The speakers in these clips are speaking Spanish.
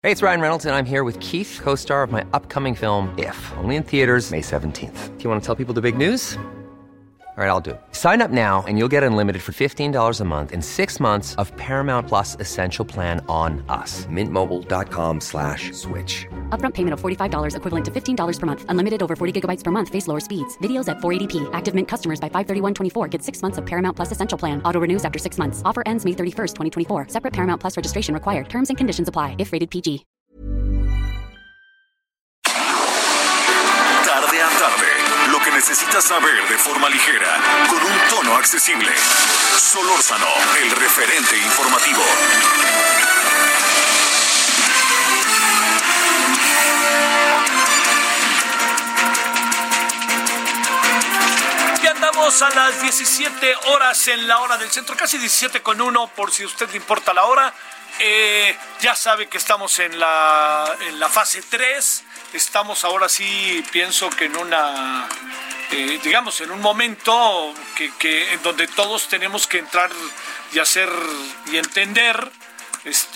Hey, it's Ryan Reynolds, and I'm here with Keith, co-star of my upcoming film, If, only in theaters May 17th. Do you want to tell people the big news? All right, I'll do it. Sign up now and you'll get unlimited for $15 a month and 6 months of Paramount Plus Essential Plan on us. MintMobile.com/switch. Upfront payment of $45 equivalent to $15 per month. Unlimited over 40 gigabytes per month. Face lower speeds. Videos at 480p. Active Mint customers by 531.24 get 6 months of Paramount Plus Essential Plan. Auto renews after 6 months. Offer ends May 31st, 2024. Separate Paramount Plus registration required. Terms and conditions apply if rated PG. Tarde a tarde. Lo que necesitas saber de forma ligera, con un tono accesible. Solórzano, el referente informativo. Ya andamos a las 17 horas en la hora del centro, casi 17:01 por si a usted le importa la hora. Ya sabe que estamos en la fase 3. Estamos ahora sí, pienso que en una, digamos, en un momento en donde todos tenemos que entrar y hacer y entender, pues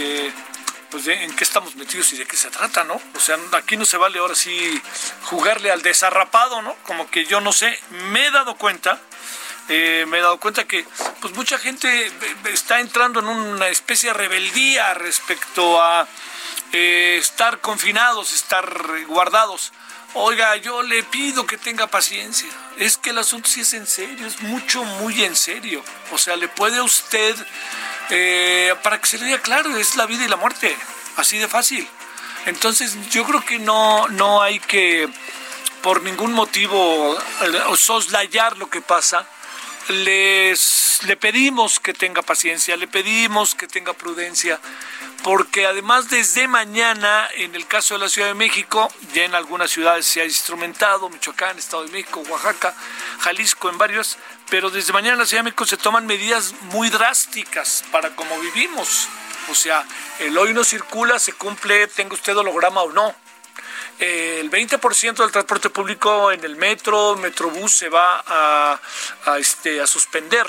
en qué estamos metidos y de qué se trata, ¿no? O sea, aquí no se vale ahora sí jugarle al desarrapado, ¿no? Como que yo no sé, me he dado cuenta que pues mucha gente está entrando en una especie de rebeldía respecto a estar confinados, estar guardados. Oiga, yo le pido que tenga paciencia. Es que el asunto sí es en serio, es muy en serio. O sea, le puede a usted, para que se le diga claro, es la vida y la muerte, así de fácil. Entonces, yo creo que no hay que, por ningún motivo, soslayar lo que pasa. Le pedimos que tenga paciencia, le pedimos que tenga prudencia, porque además desde mañana, en el caso de la Ciudad de México, ya en algunas ciudades se ha instrumentado, Michoacán, Estado de México, Oaxaca, Jalisco, en varios, pero desde mañana en la Ciudad de México se toman medidas muy drásticas para cómo vivimos. O sea, el hoy no circula, se cumple, tenga usted holograma o no. El 20% del transporte público en el metro, Metrobús se va a suspender.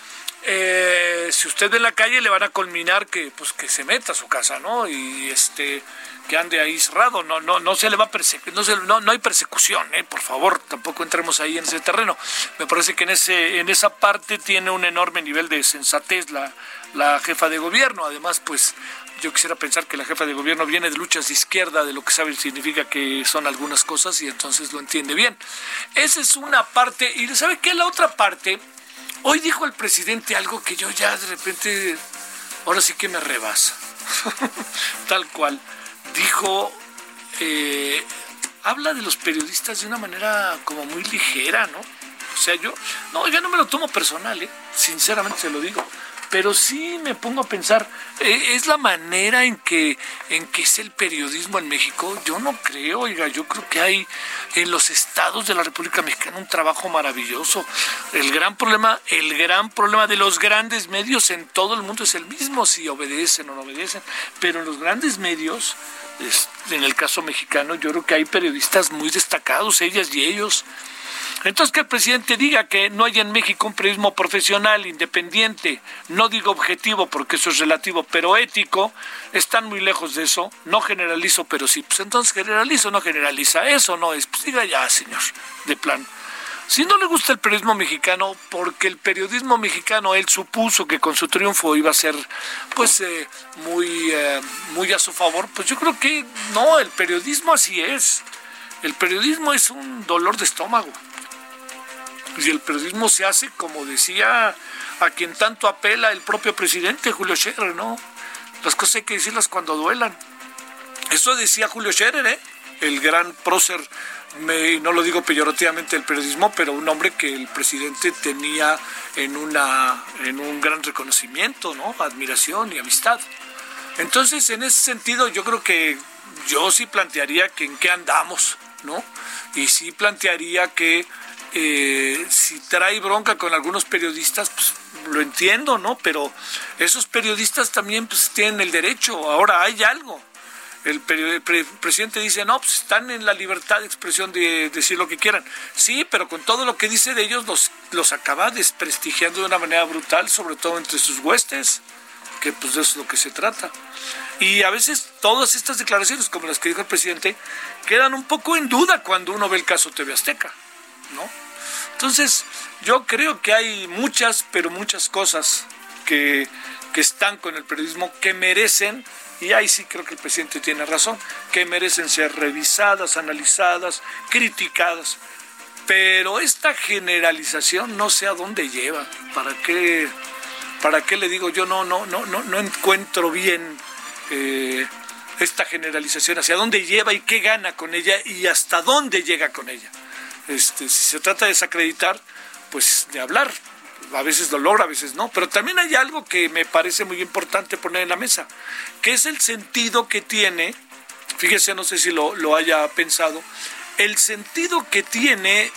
Si usted ve en la calle le van a culminar que se meta a su casa, ¿no? Y que ande ahí cerrado, no se le va a perseguir, no hay persecución, por favor, tampoco entremos ahí en ese terreno. Me parece que en esa parte tiene un enorme nivel de sensatez la jefa de gobierno. Además, pues yo quisiera pensar que la jefa de gobierno viene de luchas de izquierda, de lo que sabe significa que son algunas cosas, y entonces lo entiende bien. Esa es una parte. ¿Y sabe qué? La otra parte, hoy dijo el presidente algo que yo ya de repente, ahora sí que me rebasa. Tal cual. Dijo, habla de los periodistas de una manera como muy ligera, ¿no? O sea, yo no me lo tomo personal, sinceramente se lo digo. Pero sí me pongo a pensar, ¿es la manera en que es el periodismo en México? Yo no creo, yo creo que hay en los estados de la República Mexicana un trabajo maravilloso. El gran problema de los grandes medios en todo el mundo es el mismo, si obedecen o no obedecen, pero en los grandes medios, en el caso mexicano, yo creo que hay periodistas muy destacados, ellas y ellos. Entonces, que el presidente diga que no hay en México un periodismo profesional, independiente, no digo objetivo porque eso es relativo, pero ético, están muy lejos de eso. No generalizo, pero sí, pues entonces generalizo, no generaliza, eso no es, pues diga ya, señor, de plano. Si no le gusta el periodismo mexicano, porque el periodismo mexicano, él supuso que con su triunfo iba a ser, pues, muy a su favor, pues yo creo que no, el periodismo así es. El periodismo es un dolor de estómago. Y el periodismo se hace, como decía a quien tanto apela el propio presidente, Julio Scherer, ¿no? Las cosas hay que decirlas cuando duelan. Eso decía Julio Scherer, el gran prócer, no lo digo peyorativamente del periodismo, pero un hombre que el presidente tenía en un gran reconocimiento, ¿no? Admiración y amistad. Entonces, en ese sentido, yo creo que yo sí plantearía que en qué andamos, ¿no? Y sí plantearía que si trae bronca con algunos periodistas, pues lo entiendo, ¿no? Pero esos periodistas también pues tienen el derecho. Ahora hay algo. El presidente dice, no, pues están en la libertad de expresión de decir lo que quieran. Sí, pero con todo lo que dice de ellos los acaba desprestigiando de una manera brutal, sobre todo entre sus huestes. que pues de eso es lo que se trata. Y a veces todas estas declaraciones, como las que dijo el presidente, quedan un poco en duda cuando uno ve el caso TV Azteca, ¿no? Entonces, yo creo que hay muchas, pero muchas cosas que están con el periodismo que merecen, y ahí sí creo que el presidente tiene razón, que merecen ser revisadas, analizadas, criticadas. Pero esta generalización no sé a dónde lleva. ¿Para qué le digo yo? No encuentro bien esta generalización, hacia dónde lleva y qué gana con ella y hasta dónde llega con ella. Si se trata de desacreditar, pues de hablar. A veces lo logra, a veces no. Pero también hay algo que me parece muy importante poner en la mesa, que es el sentido que tiene, fíjese, no sé si lo haya pensado, el sentido que tiene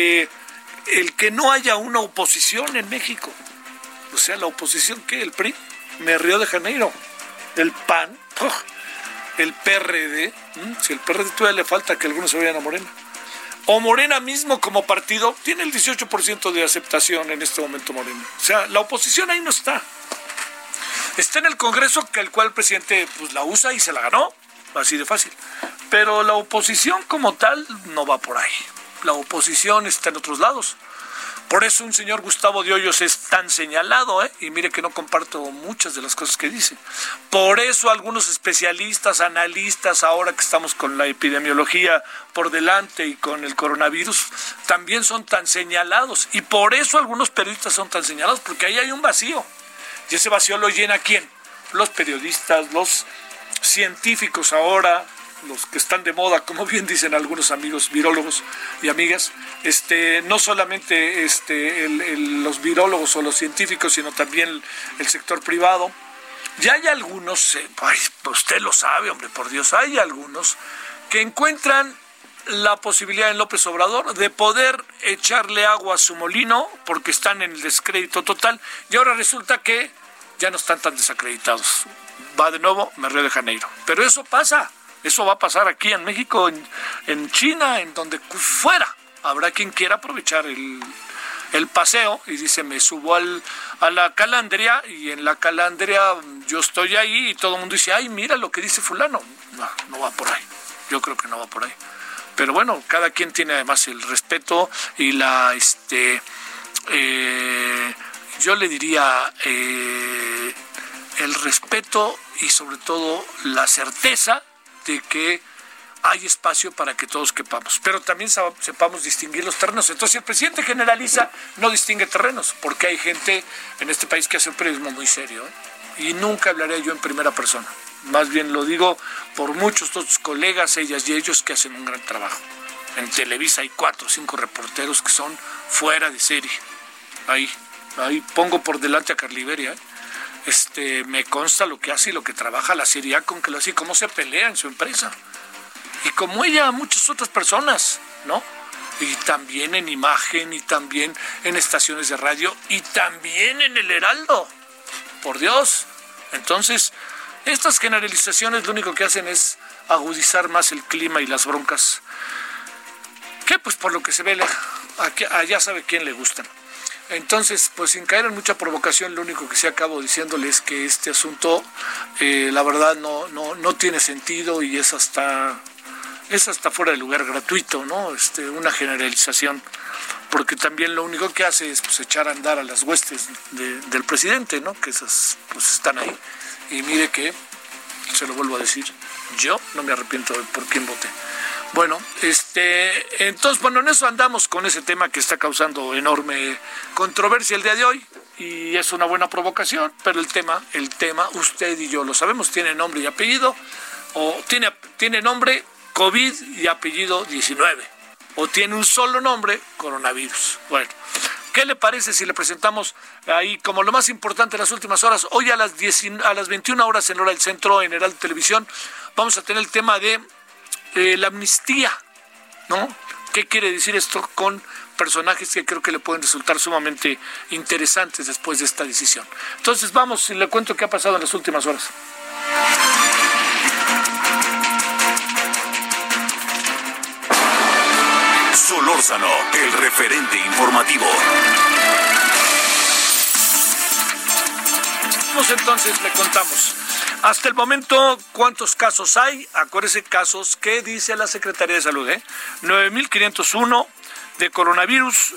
el que no haya una oposición en México. O sea, la oposición, ¿qué? El PRI, Río de Janeiro, el PAN, el PRD, si el PRD todavía le falta que algunos se vayan a Morena. O Morena mismo como partido tiene el 18% de aceptación en este momento Morena. O sea, la oposición ahí no está. Está en el Congreso, que el cual el presidente pues la usa y se la ganó, así de fácil. Pero la oposición como tal no va por ahí. La oposición está en otros lados. Por eso un señor Gustavo de Hoyos es tan señalado, y mire que no comparto muchas de las cosas que dice. Por eso algunos especialistas, analistas, ahora que estamos con la epidemiología por delante y con el coronavirus, también son tan señalados. Y por eso algunos periodistas son tan señalados, porque ahí hay un vacío. Y ese vacío lo llena ¿quién? Los periodistas, los científicos ahora, los que están de moda, como bien dicen algunos amigos virólogos y amigas, no solamente los virólogos o los científicos, sino también el sector privado. Ya hay algunos, usted lo sabe, hombre, por Dios, hay algunos que encuentran la posibilidad en López Obrador de poder echarle agua a su molino porque están en el descrédito total, y ahora resulta que ya no están tan desacreditados. Va de nuevo Río de Janeiro. Pero eso pasa. Eso va a pasar aquí en México, en China, en donde fuera. Habrá quien quiera aprovechar el paseo y dice, me subo a la calandria, y en la calandria yo estoy ahí y todo el mundo dice, ay, mira lo que dice fulano. No va por ahí. Yo creo que no va por ahí. Pero bueno, cada quien tiene además el respeto y yo le diría el respeto y sobre todo la certeza de que hay espacio para que todos quepamos, pero también sepamos distinguir los terrenos. Entonces, si el presidente generaliza, no distingue terrenos, porque hay gente en este país que hace un periodismo muy serio, y nunca hablaré yo en primera persona. Más bien lo digo por muchos otros colegas, ellas y ellos, que hacen un gran trabajo. En Televisa hay 4 o 5 reporteros que son fuera de serie. Ahí pongo por delante a Carla Iberia, me consta lo que hace y lo que trabaja la Serie con que lo hace y cómo se pelea en su empresa. Y como ella, muchas otras personas, ¿no? Y también en Imagen, y también en estaciones de radio, y también en el Heraldo. Por Dios. Entonces, estas generalizaciones lo único que hacen es agudizar más el clima y las broncas. Que pues por lo que se ve, allá sabe quién le gustan. Entonces, pues sin caer en mucha provocación, lo único que sí acabo diciéndole es que este asunto, la verdad, no tiene sentido y es hasta fuera de lugar, gratuito, ¿no? Una generalización, porque también lo único que hace es pues echar a andar a las huestes del presidente, ¿no? Que esas pues están ahí. Y mire que, se lo vuelvo a decir, yo no me arrepiento de por quién voté. Bueno, entonces, bueno, en eso andamos con ese tema que está causando enorme controversia el día de hoy, y es una buena provocación, pero el tema, usted y yo lo sabemos, tiene nombre y apellido, o tiene nombre COVID y apellido 19, o tiene un solo nombre, coronavirus. Bueno, ¿qué le parece si le presentamos ahí como lo más importante en las últimas horas? Hoy a las 21 horas en hora del centro, en Heraldo Televisión, vamos a tener el tema de la amnistía, ¿no? ¿Qué quiere decir esto con personajes que creo que le pueden resultar sumamente interesantes después de esta decisión? Entonces vamos y le cuento qué ha pasado en las últimas horas. Solórzano, el referente informativo. Vamos entonces, le contamos. Hasta el momento, ¿cuántos casos hay? Acuérdese, casos que dice la Secretaría de Salud, 9,501 de coronavirus,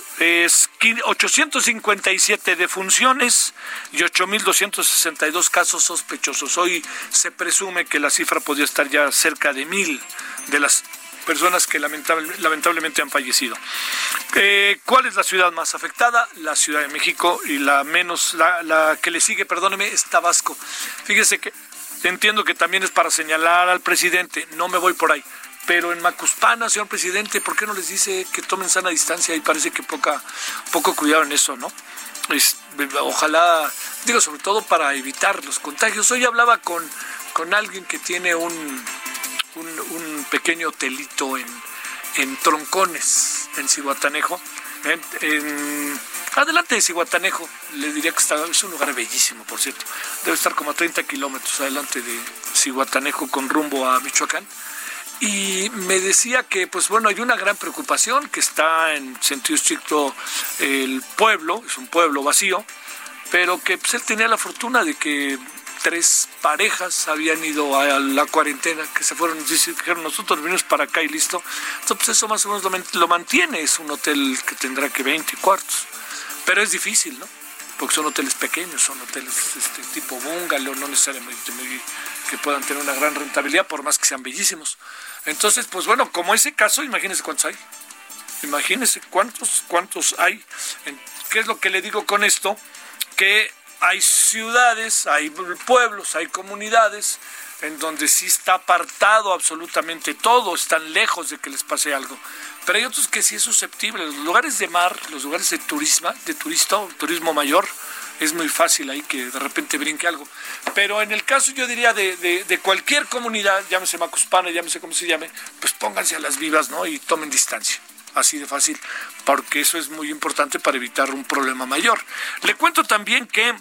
857 defunciones y 8,262 casos sospechosos. Hoy se presume que la cifra podría estar ya cerca de 1,000 de las personas que lamentablemente han fallecido. ¿Cuál es la ciudad más afectada? La Ciudad de México, y la que le sigue, perdóneme, es Tabasco. Fíjese que entiendo que también es para señalar al presidente, no me voy por ahí. Pero en Macuspana, señor presidente, ¿por qué no les dice que tomen sana distancia? Y parece que poco cuidado en eso, ¿no? Ojalá, digo, sobre todo para evitar los contagios. Hoy hablaba con alguien que tiene un pequeño hotelito en Troncones, en Zihuatanejo, adelante de Zihuatanejo. Le diría que es un lugar bellísimo, por cierto. Debe estar como a 30 kilómetros adelante de Zihuatanejo con rumbo a Michoacán. Y me decía que, pues bueno, hay una gran preocupación, que está en sentido estricto el pueblo, es un pueblo vacío, pero que pues, él tenía la fortuna de que 3 parejas habían ido a la cuarentena, que se fueron, dijeron, nosotros venimos para acá y listo. Entonces, pues eso más o menos lo mantiene. Es un hotel que tendrá que 20 cuartos, pero es difícil, ¿no? Porque son hoteles pequeños, son hoteles tipo bungalow, no necesariamente que puedan tener una gran rentabilidad, por más que sean bellísimos. Entonces, pues bueno, como ese caso, imagínense cuántos hay. Imagínense cuántos hay. ¿Qué es lo que le digo con esto? Que hay ciudades, hay pueblos, hay comunidades en donde sí está apartado absolutamente todo, están lejos de que les pase algo. Pero hay otros que sí es susceptible. Los lugares de mar, los lugares de turismo mayor, es muy fácil ahí que de repente brinque algo. Pero en el caso, yo diría, de cualquier comunidad, llámese Macuspana, llámese como se llame, pues pónganse a las vivas, ¿no? Y tomen distancia. Así de fácil, porque eso es muy importante para evitar un problema mayor. Le cuento también que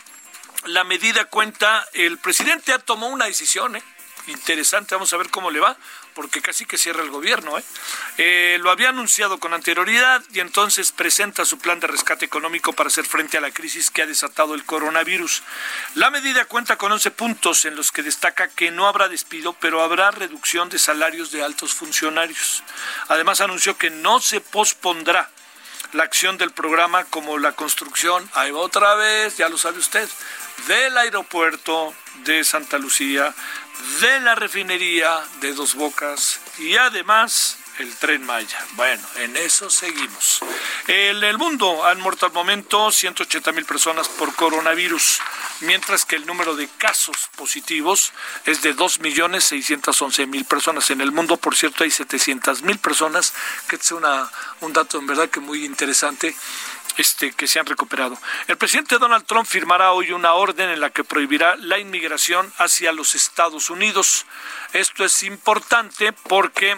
la medida cuenta, el presidente tomó una decisión, interesante, vamos a ver cómo le va, porque casi que cierra el gobierno, lo había anunciado con anterioridad y entonces presenta su plan de rescate económico para hacer frente a la crisis que ha desatado el coronavirus. La medida cuenta con 11 puntos en los que destaca que no habrá despido, pero habrá reducción de salarios de altos funcionarios. Además anunció que no se pospondrá la acción del programa, como la construcción, ahí va otra vez, ya lo sabe usted, del aeropuerto de Santa Lucía, de la refinería de Dos Bocas y además el Tren Maya. Bueno, en eso seguimos. En el mundo han muerto al momento 180,000 personas por coronavirus, mientras que el número de casos positivos es de 2,611,000 personas. En el mundo, por cierto, hay 700,000 personas, que es un dato en verdad que muy interesante, que se han recuperado. El presidente Donald Trump firmará hoy una orden en la que prohibirá la inmigración hacia los Estados Unidos. Esto es importante porque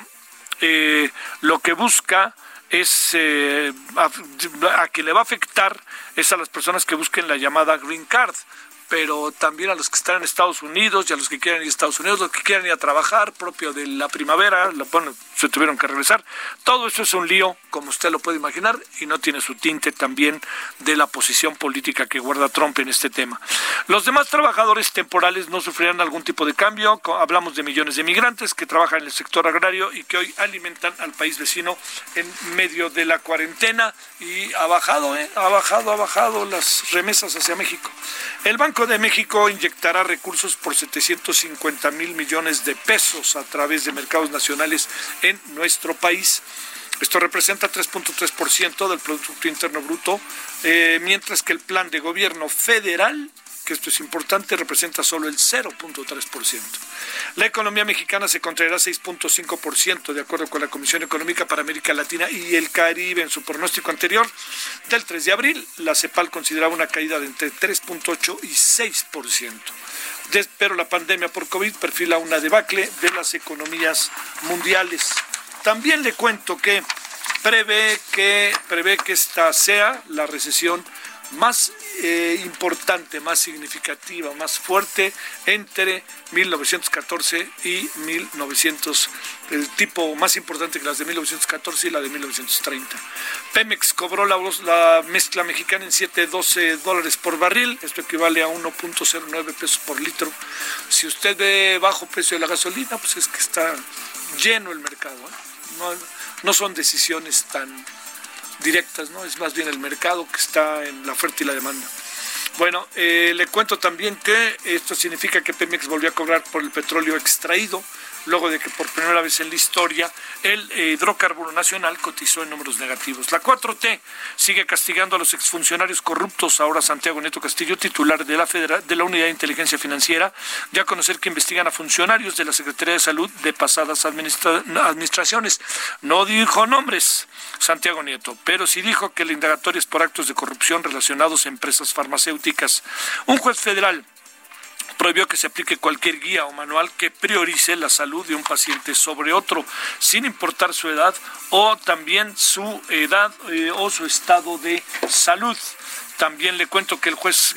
lo que busca es a quien le va a afectar es a las personas que busquen la llamada Green Card, pero también a los que están en Estados Unidos y a los que quieren ir a Estados Unidos, los que quieren ir a trabajar, propio de la primavera, bueno, se tuvieron que regresar. Todo eso es un lío, como usted lo puede imaginar, y no tiene su tinte también de la posición política que guarda Trump en este tema. Los demás trabajadores temporales no sufrirán algún tipo de cambio. Hablamos de millones de migrantes que trabajan en el sector agrario y que hoy alimentan al país vecino en medio de la cuarentena, y ha bajado las remesas hacia México. El Banco de México inyectará recursos por 750,000 millones de pesos a través de mercados nacionales en nuestro país. Esto representa 3.3% del Producto Interno Bruto, mientras que el plan de gobierno federal, que esto es importante, representa solo el 0.3%. La economía mexicana se contraerá 6.5%, de acuerdo con la Comisión Económica para América Latina y el Caribe. En su pronóstico anterior del 3 de abril, la CEPAL consideraba una caída de entre 3.8 y 6%. Pero la pandemia por COVID perfila una debacle de las economías mundiales. También le cuento que prevé que esta sea la recesión más importante, más significativa, más fuerte entre 1914 y 1900, el tipo más importante que las de 1914 y la de 1930. Pemex cobró la mezcla mexicana en $7.12 por barril, esto equivale a 1.09 pesos por litro. Si usted ve bajo precio de la gasolina, pues es que está lleno el mercado, ¿eh? No son decisiones tan directas, ¿no? Es más bien el mercado que está en la oferta y la demanda. Bueno, le cuento también que esto significa que Pemex volvió a cobrar por el petróleo extraído, luego de que por primera vez en la historia el hidrocarburo nacional cotizó en números negativos. La 4T sigue castigando a los exfuncionarios corruptos. Ahora Santiago Nieto Castillo, titular de la Unidad de Inteligencia Financiera, dio a conocer que investigan a funcionarios de la Secretaría de Salud de pasadas administraciones. No dijo nombres Santiago Nieto, pero sí dijo que la indagatoria es por actos de corrupción relacionados a empresas farmacéuticas. Un juez federal prohibió que se aplique cualquier guía o manual que priorice la salud de un paciente sobre otro, sin importar su edad o también su edad o su estado de salud. También le cuento que un juez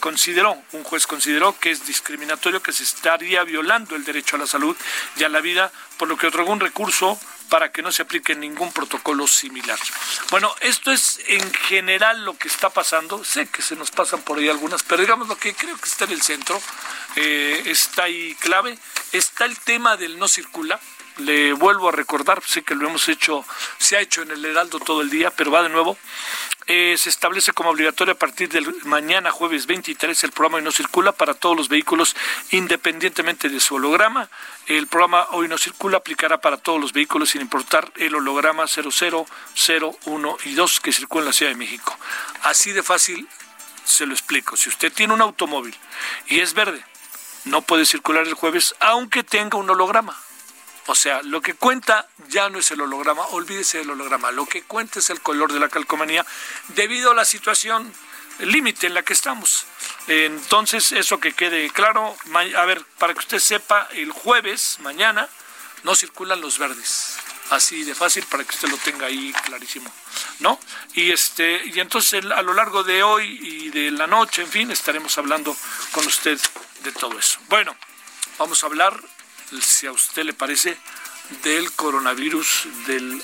consideró que es discriminatorio, que se estaría violando el derecho a la salud y a la vida, por lo que otorgó un recurso para que no se aplique ningún protocolo similar. Bueno, esto es en general lo que está pasando. Sé que se nos pasan por ahí algunas, pero digamos lo que creo que está en el centro, está ahí clave. Está el tema del no circula. Le vuelvo a recordar, sé que lo hemos hecho, se ha hecho en el Heraldo todo el día, pero va de nuevo. Se establece como obligatorio a partir del mañana jueves 23 el programa Hoy No Circula para todos los vehículos independientemente de su holograma. El programa Hoy No Circula aplicará para todos los vehículos sin importar el holograma 00, 01 y 2 que circula en la Ciudad de México. Así de fácil se lo explico. Si usted tiene un automóvil y es verde, no puede circular el jueves aunque tenga un holograma. O sea, lo que cuenta ya no es el holograma, olvídese del holograma. Lo que cuenta es el color de la calcomanía debido a la situación límite en la que estamos. Entonces, eso que quede claro. A ver, para que usted sepa, el jueves, mañana, no circulan los verdes. Así de fácil para que usted lo tenga ahí clarísimo, ¿no? Y entonces a lo largo de hoy y de la noche, en fin, estaremos hablando con usted de todo eso. Bueno, vamos a hablar, si a usted le parece, del coronavirus, del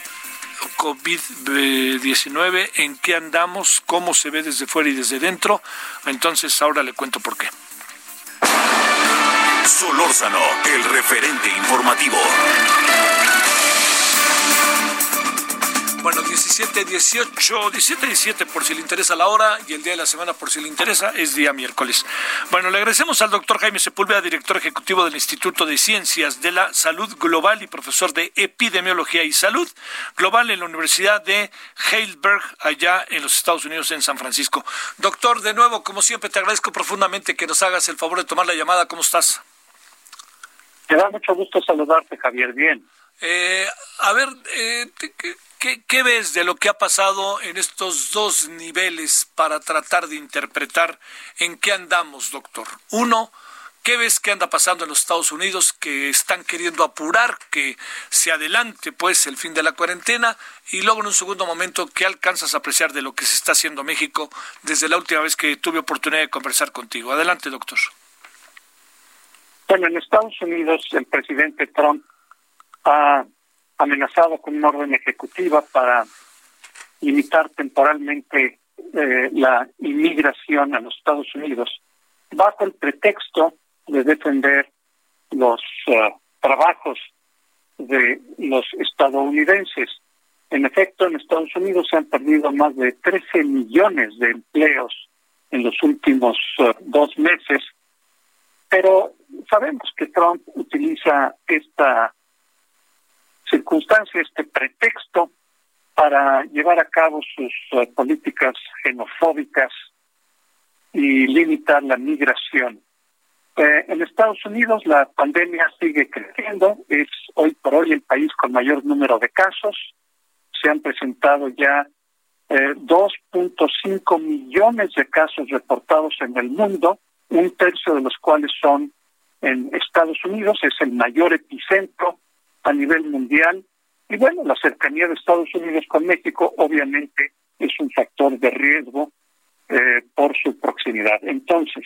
COVID-19, en qué andamos, cómo se ve desde fuera y desde dentro. Entonces ahora le cuento por qué. Solórzano, el referente informativo. Bueno, 17:17 por si le interesa la hora, y el día de la semana por si le interesa, es día miércoles. Bueno, le agradecemos al doctor Jaime Sepúlveda, director ejecutivo del Instituto de Ciencias de la Salud Global y profesor de Epidemiología y Salud Global en la Universidad de Heidelberg, allá en los Estados Unidos, en San Francisco. Doctor, de nuevo, como siempre, te agradezco profundamente que nos hagas el favor de tomar la llamada. ¿Cómo estás? Me da mucho gusto saludarte, Javier. Bien. A ver, ¿Qué ves de lo que ha pasado en estos dos niveles para tratar de interpretar en qué andamos, doctor? Uno, ¿qué ves que anda pasando en los Estados Unidos, que están queriendo apurar que se adelante pues el fin de la cuarentena? Y luego en un segundo momento, ¿qué alcanzas a apreciar de lo que se está haciendo en México desde la última vez que tuve oportunidad de conversar contigo? Adelante, doctor. Bueno, en Estados Unidos el presidente Trump ha amenazado con una orden ejecutiva para limitar temporalmente la inmigración a los Estados Unidos, bajo el pretexto de defender los trabajos de los estadounidenses. En efecto, en Estados Unidos se han perdido más de 13 millones de empleos en los últimos 2 meses, pero sabemos que Trump utiliza esta circunstancia, este pretexto, para llevar a cabo sus políticas xenofóbicas y limitar la migración. En Estados Unidos la pandemia sigue creciendo, es hoy por hoy el país con mayor número de casos. Se han presentado ya 2.5 millones de casos reportados en el mundo, 1/3 de los cuales son en Estados Unidos. Es el mayor epicentro a nivel mundial, y bueno, la cercanía de Estados Unidos con México obviamente es un factor de riesgo por su proximidad. Entonces,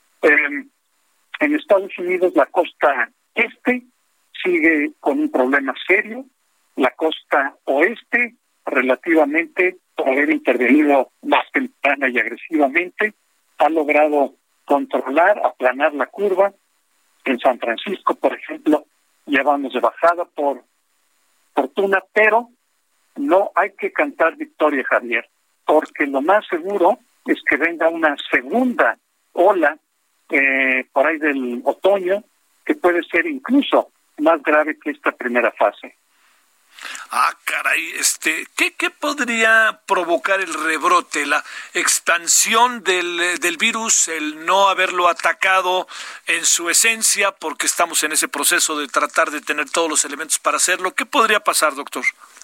en Estados Unidos la costa este sigue con un problema serio, la costa oeste relativamente, por haber intervenido más temprana y agresivamente, ha logrado controlar, aplanar la curva. En San Francisco, por ejemplo, ya vamos de bajada por fortuna, pero no hay que cantar victoria, Javier, porque lo más seguro es que venga una segunda ola por ahí del otoño, que puede ser incluso más grave que esta primera fase. Ah, caray, ¿qué podría provocar el rebrote, la expansión del virus, el no haberlo atacado en su esencia, porque estamos en ese proceso de tratar de tener todos los elementos para hacerlo? ¿Qué podría pasar, doctor?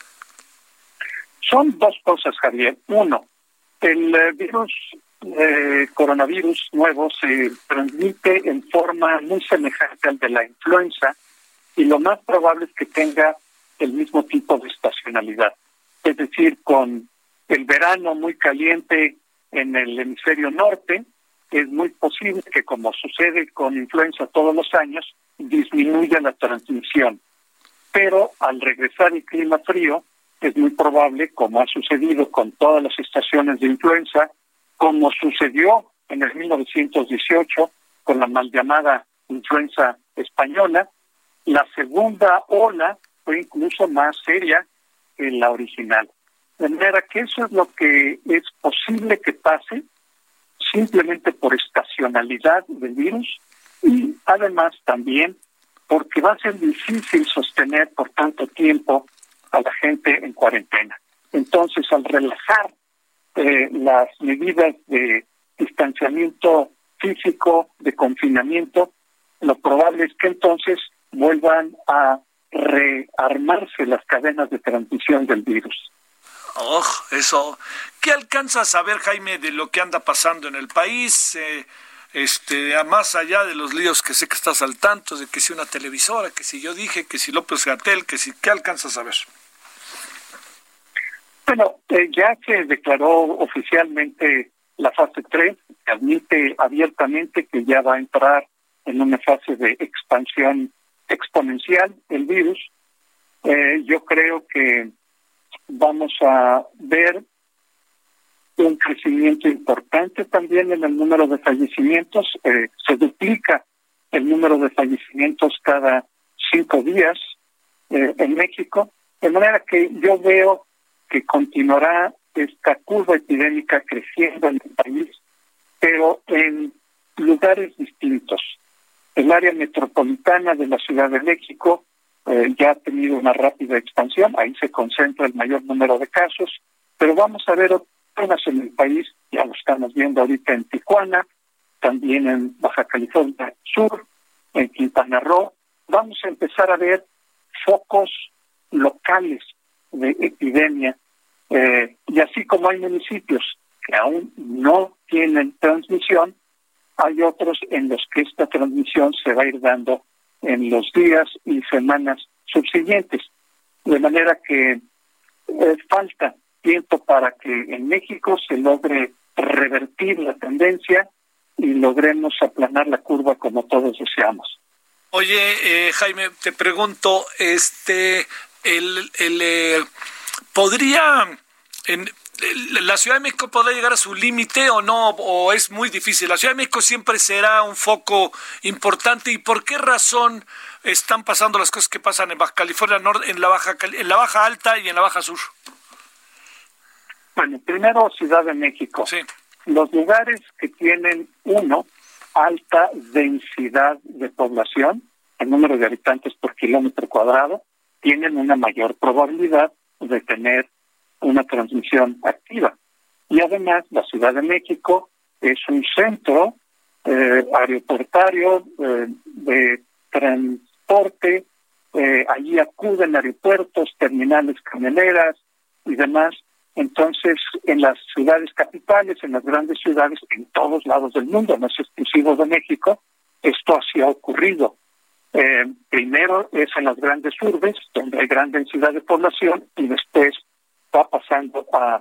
Son dos cosas, Javier. Uno, el virus coronavirus nuevo se transmite en forma muy semejante al de la influenza, y lo más probable es que tenga el mismo tipo de estacionalidad. Es decir, con el verano muy caliente en el hemisferio norte, es muy posible que, como sucede con influenza todos los años, disminuya la transmisión. Pero al regresar el clima frío, es muy probable, como ha sucedido con todas las estaciones de influenza, como sucedió en el 1918 con la mal llamada influenza española, la segunda ola fue incluso más seria que la original. De manera que eso es lo que es posible que pase, simplemente por estacionalidad del virus, y además también porque va a ser difícil sostener por tanto tiempo a la gente en cuarentena. Entonces, al relajar las medidas de distanciamiento físico, de confinamiento, lo probable es que entonces vuelvan a rearmarse las cadenas de transmisión del virus. Eso. ¿Qué alcanzas a saber, Jaime, de lo que anda pasando en el país? Más allá de los líos que sé que estás al tanto, de que si una televisora, que si yo dije, que si López-Gatell, ¿qué alcanzas a ver? Bueno, ya se declaró oficialmente la fase 3, que admite abiertamente que ya va a entrar en una fase de expansión exponencial el virus. Yo creo que vamos a ver un crecimiento importante también en el número de fallecimientos. Se duplica el número de fallecimientos cada 5 días en México, de manera que yo veo que continuará esta curva epidémica creciendo en el país, pero en lugares distintos. El área metropolitana de la Ciudad de México ya ha tenido una rápida expansión, ahí se concentra el mayor número de casos, pero vamos a ver otras en el país, ya lo estamos viendo ahorita en Tijuana, también en Baja California Sur, en Quintana Roo. Vamos a empezar a ver focos locales de epidemia, y así como hay municipios que aún no tienen transmisión, hay otros en los que esta transmisión se va a ir dando en los días y semanas subsiguientes. De manera que falta tiempo para que en México se logre revertir la tendencia y logremos aplanar la curva como todos deseamos. Oye, Jaime, te pregunto, ¿podría la Ciudad de México podrá llegar a su límite o no, o es muy difícil? La Ciudad de México siempre será un foco importante, ¿y por qué razón están pasando las cosas que pasan en Baja California Norte, en la Baja Alta y en la Baja Sur? Bueno, primero Ciudad de México. Sí. Los lugares que tienen alta densidad de población, el número de habitantes por kilómetro cuadrado, tienen una mayor probabilidad de tener una transmisión activa. Y además, la Ciudad de México es un centro aeroportuario de transporte. Allí acuden aeropuertos, terminales camioneras y demás. Entonces, en las ciudades capitales, en las grandes ciudades, en todos lados del mundo, no es exclusivo de México, esto así ha ocurrido. Primero es en las grandes urbes, donde hay gran densidad de población, y después va pasando a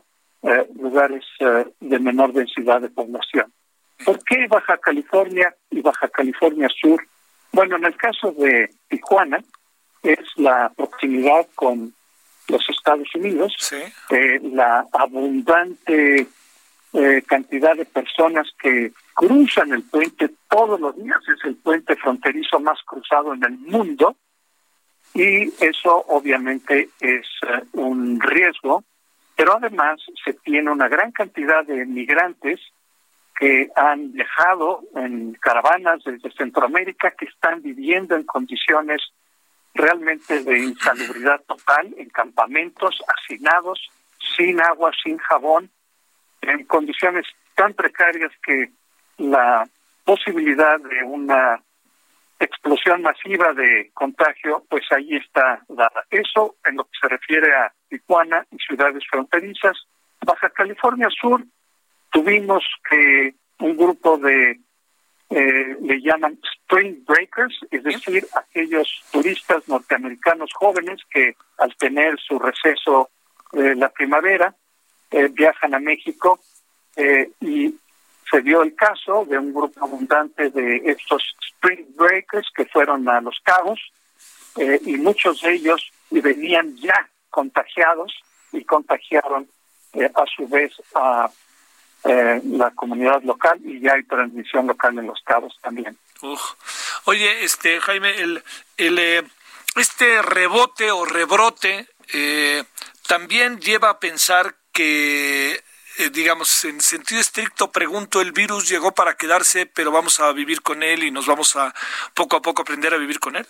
lugares de menor densidad de población. ¿Por qué Baja California y Baja California Sur? Bueno, en el caso de Tijuana es la proximidad con los Estados Unidos, Sí. La abundante cantidad de personas que cruzan el puente todos los días, es el puente fronterizo más cruzado en el mundo, y eso obviamente es un riesgo, pero además se tiene una gran cantidad de migrantes que han viajado en caravanas desde Centroamérica, que están viviendo en condiciones realmente de insalubridad total, en campamentos, hacinados, sin agua, sin jabón, en condiciones tan precarias que la posibilidad de una explosión masiva de contagio, pues ahí está dada. Eso en lo que se refiere a Tijuana y ciudades fronterizas. Baja California Sur, tuvimos que un grupo de, le llaman Spring Breakers, es decir, aquellos turistas norteamericanos jóvenes que al tener su receso de la primavera, viajan a México, y se dio el caso de un grupo abundante de estos Spring Breakers que fueron a Los Cabos, y muchos de ellos venían ya contagiados y contagiaron a su vez a la comunidad local, y ya hay transmisión local en Los Cabos también. Oye, Jaime, este rebote o rebrote también lleva a pensar que, digamos, en sentido estricto, pregunto, el virus llegó para quedarse, pero vamos a vivir con él y nos vamos a poco aprender a vivir con él.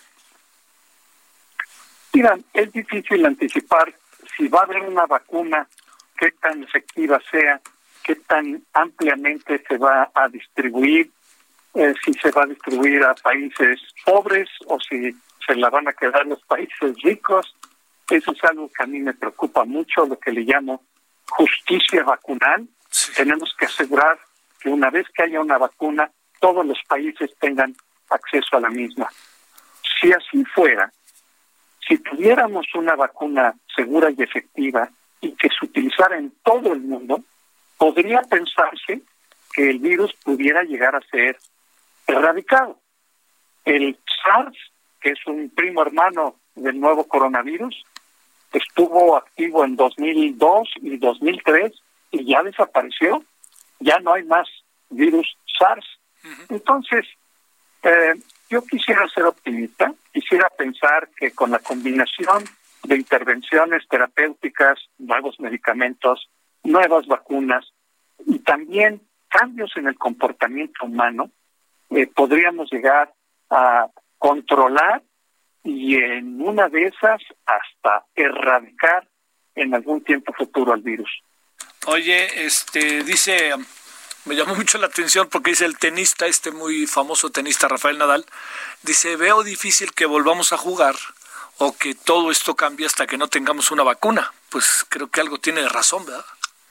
Mira, es difícil anticipar si va a haber una vacuna, qué tan efectiva sea, qué tan ampliamente se va a distribuir, si se va a distribuir a países pobres o si se la van a quedar los países ricos. Eso es algo que a mí me preocupa mucho, lo que le llamo justicia vacunal. Sí. Tenemos que asegurar que una vez que haya una vacuna, todos los países tengan acceso a la misma. Si así fuera, si tuviéramos una vacuna segura y efectiva y que se utilizara en todo el mundo, podría pensarse que el virus pudiera llegar a ser erradicado. El SARS, que es un primo hermano del nuevo coronavirus, estuvo activo en 2002 y 2003 y ya desapareció. Ya no hay más virus SARS. Entonces, yo quisiera ser optimista, quisiera pensar que con la combinación de intervenciones terapéuticas, nuevos medicamentos, nuevas vacunas y también cambios en el comportamiento humano, podríamos llegar a controlar y en una de esas hasta erradicar en algún tiempo futuro al virus. Oye, dice, me llamó mucho la atención porque dice el tenista, muy famoso tenista Rafael Nadal, dice, veo difícil que volvamos a jugar o que todo esto cambie hasta que no tengamos una vacuna. Pues creo que algo tiene de razón, ¿verdad?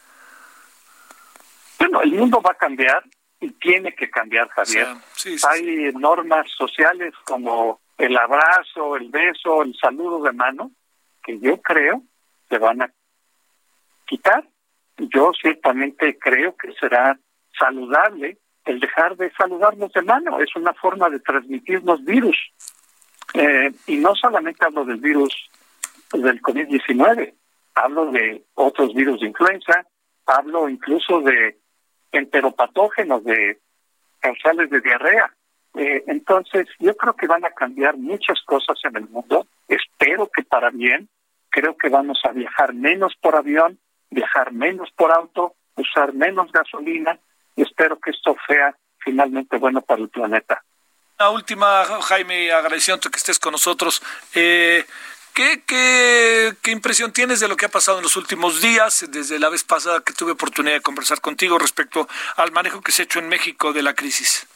Bueno, el mundo va a cambiar y tiene que cambiar, Javier. Sí. Hay normas sociales como el abrazo, el beso, el saludo de mano, que yo creo se van a quitar. Yo ciertamente creo que será saludable el dejar de saludarnos de mano. Es una forma de transmitirnos virus. Y no solamente hablo del virus del COVID-19, hablo de otros virus de influenza, hablo incluso de enteropatógenos, de causales de diarrea. Entonces, yo creo que van a cambiar muchas cosas en el mundo. Espero que para bien. Creo que vamos a viajar menos por avión, viajar menos por auto, usar menos gasolina, y espero que esto sea finalmente bueno para el planeta. La última, Jaime, agradeciendo que estés con nosotros. ¿Qué impresión tienes de lo que ha pasado en los últimos días, desde la vez pasada que tuve oportunidad de conversar contigo respecto al manejo que se ha hecho en México de la crisis?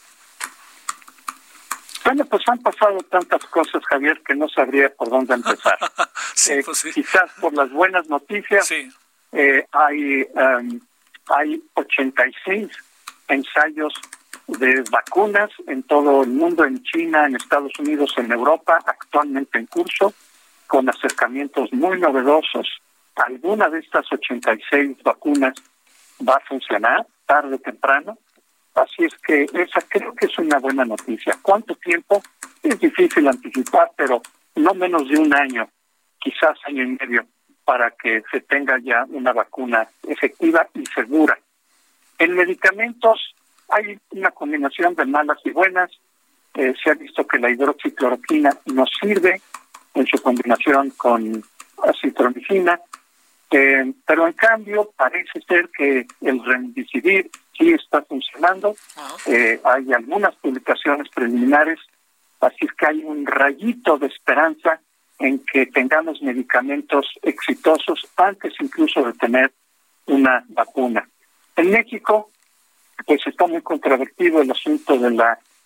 Bueno, pues han pasado tantas cosas, Javier, que no sabría por dónde empezar. Sí, pues sí. Quizás por las buenas noticias, sí. Hay 86 ensayos de vacunas en todo el mundo, en China, en Estados Unidos, en Europa, actualmente en curso, con acercamientos muy novedosos alguna de estas 86 vacunas va a funcionar tarde o temprano. Así es que esa creo que es una buena noticia. ¿Cuánto tiempo? Es difícil anticipar, pero no menos de un año, quizás año y medio, para que se tenga ya una vacuna efectiva y segura. En medicamentos hay una combinación de malas y buenas. Se ha visto que la hidroxicloroquina nos sirve en su combinación con acitromicina, pero en cambio parece ser que el remdesivir sí está funcionando. Hay algunas publicaciones preliminares, así es que hay un rayito de esperanza en que tengamos medicamentos exitosos antes incluso de tener una vacuna. En México, pues está muy controvertido el asunto del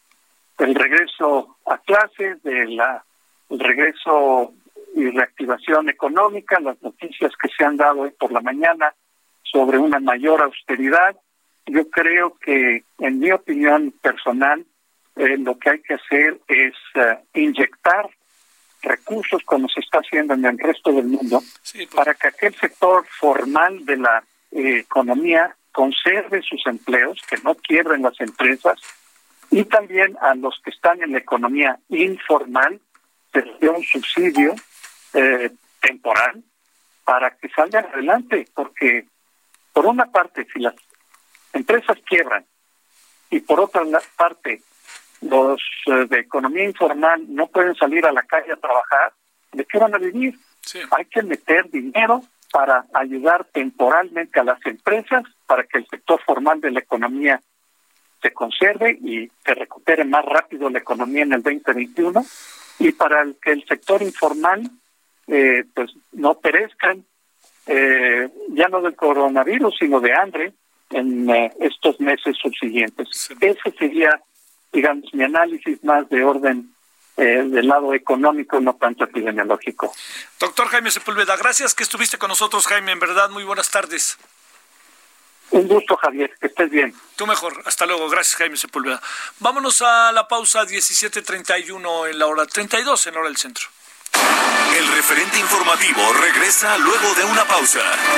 regreso a clases, el regreso y reactivación económica, las noticias que se han dado hoy por la mañana sobre una mayor austeridad. Yo creo que, en mi opinión personal, lo que hay que hacer es inyectar recursos como se está haciendo en el resto del mundo, para que aquel sector formal de la economía conserve sus empleos, que no quiebren las empresas, y también a los que están en la economía informal se les dé un subsidio temporal para que salgan adelante, porque por una parte si las empresas quiebran y por otra parte los de economía informal no pueden salir a la calle a trabajar, ¿de qué van a vivir? Sí. Hay que meter dinero para ayudar temporalmente a las empresas, para que el sector formal de la economía se conserve y se recupere más rápido la economía en el 2021, y para que el sector informal pues no perezcan, ya no del coronavirus, sino de hambre en estos meses subsiguientes. Sí. Ese sería, digamos, mi análisis más de orden del lado económico, no tanto epidemiológico. Doctor Jaime Sepúlveda, gracias que estuviste con nosotros, Jaime, en verdad, muy buenas tardes. Un gusto, Javier, que estés bien. Tú mejor, hasta luego, gracias, Jaime Sepúlveda. Vámonos a la pausa, 17:31 en la hora, 32 en la hora del centro. El referente informativo regresa luego de una pausa.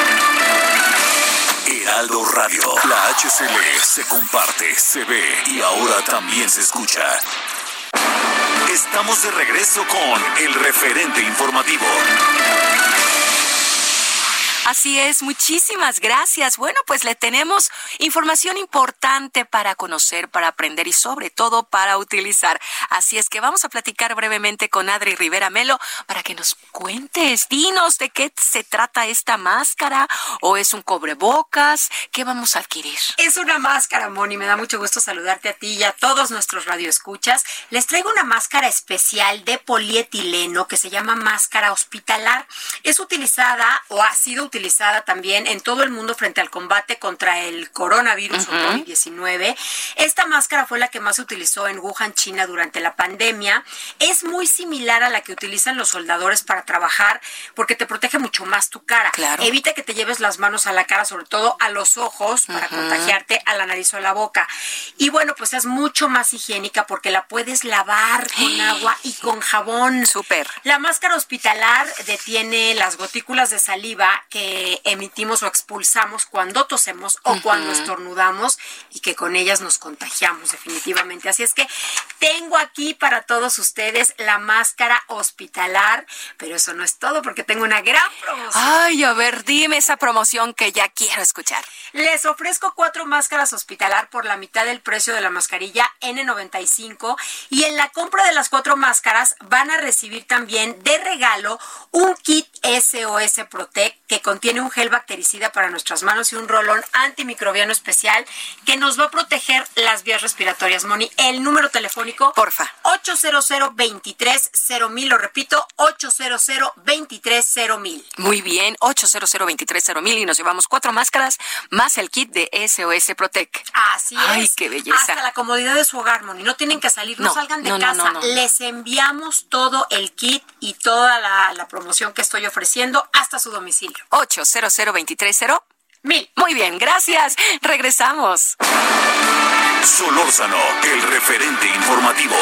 Heraldo Radio, la HCL se comparte, se ve y ahora también se escucha. Estamos de regreso con el referente informativo. Así es, muchísimas gracias. Bueno, pues le tenemos información importante para conocer, para aprender y sobre todo para utilizar. Así es que vamos a platicar brevemente con Adri Rivera Melo para que nos cuentes, dinos de qué se trata esta máscara, o es un cubrebocas, ¿qué vamos a adquirir? Es una máscara, Moni, me da mucho gusto saludarte a ti y a todos nuestros radioescuchas. Les traigo una máscara especial de polietileno que se llama máscara hospitalar. Es utilizada o ha sido utilizada también en todo el mundo frente al combate contra el coronavirus o COVID-19. Esta máscara fue la que más se utilizó en Wuhan, China, durante la pandemia. Es muy similar a la que utilizan los soldadores para trabajar porque te protege mucho más tu cara. Claro. Evita que te lleves las manos a la cara, sobre todo a los ojos, para contagiarte a la nariz o a la boca. Y bueno, pues es mucho más higiénica porque la puedes lavar con agua y con jabón. Súper. La máscara hospitalar detiene las gotículas de saliva que emitimos o expulsamos cuando tosemos o cuando estornudamos, y que con ellas nos contagiamos definitivamente. Así es que tengo aquí para todos ustedes la máscara hospitalar, pero eso no es todo porque tengo una gran promoción. Ay, a ver, dime esa promoción que ya quiero escuchar. Les ofrezco 4 máscaras hospitalar por la mitad del precio de la mascarilla N95, y en la compra de las 4 máscaras van a recibir también de regalo un kit SOS Protect que contiene un gel bactericida para nuestras manos y un rolón antimicrobiano especial que nos va a proteger las vías respiratorias. Moni, el número telefónico, porfa. 800-230-1000, lo repito, 800-230-1000. Muy bien, 800-230-1000, y nos llevamos 4 máscaras más el kit de SOS Protect. Así es. Ay, qué belleza. Hasta la comodidad de su hogar, Moni. No tienen que salir, no salgan de casa. No. Les enviamos todo el kit y toda la promoción que estoy ofreciendo hasta su domicilio. 800-230-1000. Muy bien, gracias. Regresamos. Solórzano, el referente informativo.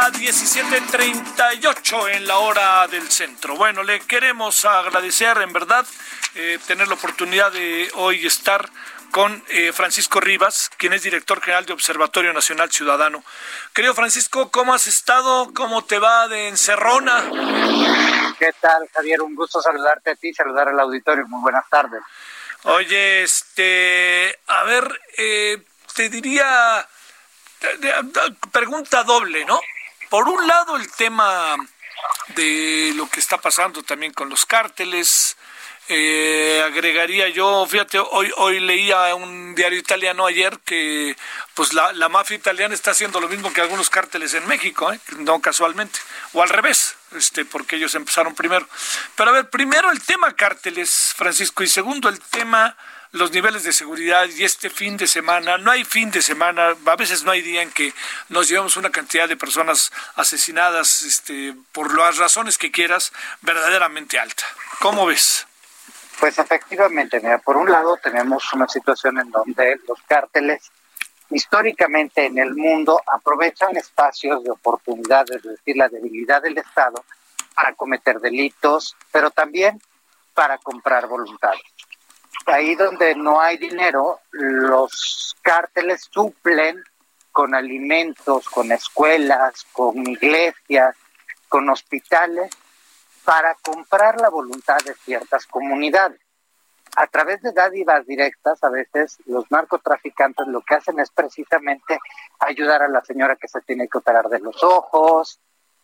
la 17:38 en la hora del centro. Bueno, le queremos agradecer, en verdad, tener la oportunidad de hoy estar con Francisco Rivas, quien es director general de Observatorio Nacional Ciudadano. Querido Francisco, ¿cómo has estado? ¿Cómo te va de encerrona? ¿Qué tal, Javier? Un gusto saludarte a ti, saludar al auditorio. Muy buenas tardes. Oye, a ver, te diría, pregunta doble, ¿no? Por un lado, el tema de lo que está pasando también con los cárteles. Agregaría yo, fíjate, hoy leía un diario italiano ayer que pues la mafia italiana está haciendo lo mismo que algunos cárteles en México, no casualmente, o al revés, porque ellos empezaron primero. Pero a ver, primero el tema cárteles, Francisco, y segundo el tema los niveles de seguridad. Y este fin de semana, no hay fin de semana, a veces no hay día en que nos llevamos una cantidad de personas asesinadas, por las razones que quieras, verdaderamente alta. ¿Cómo ves? Pues efectivamente, mira, por un lado tenemos una situación en donde los cárteles históricamente en el mundo aprovechan espacios de oportunidad, es decir, la debilidad del Estado para cometer delitos, pero también para comprar voluntades. Ahí donde no hay dinero, los cárteles suplen con alimentos, con escuelas, con iglesias, con hospitales, para comprar la voluntad de ciertas comunidades. A través de dádivas directas, a veces los narcotraficantes lo que hacen es precisamente ayudar a la señora que se tiene que operar de los ojos,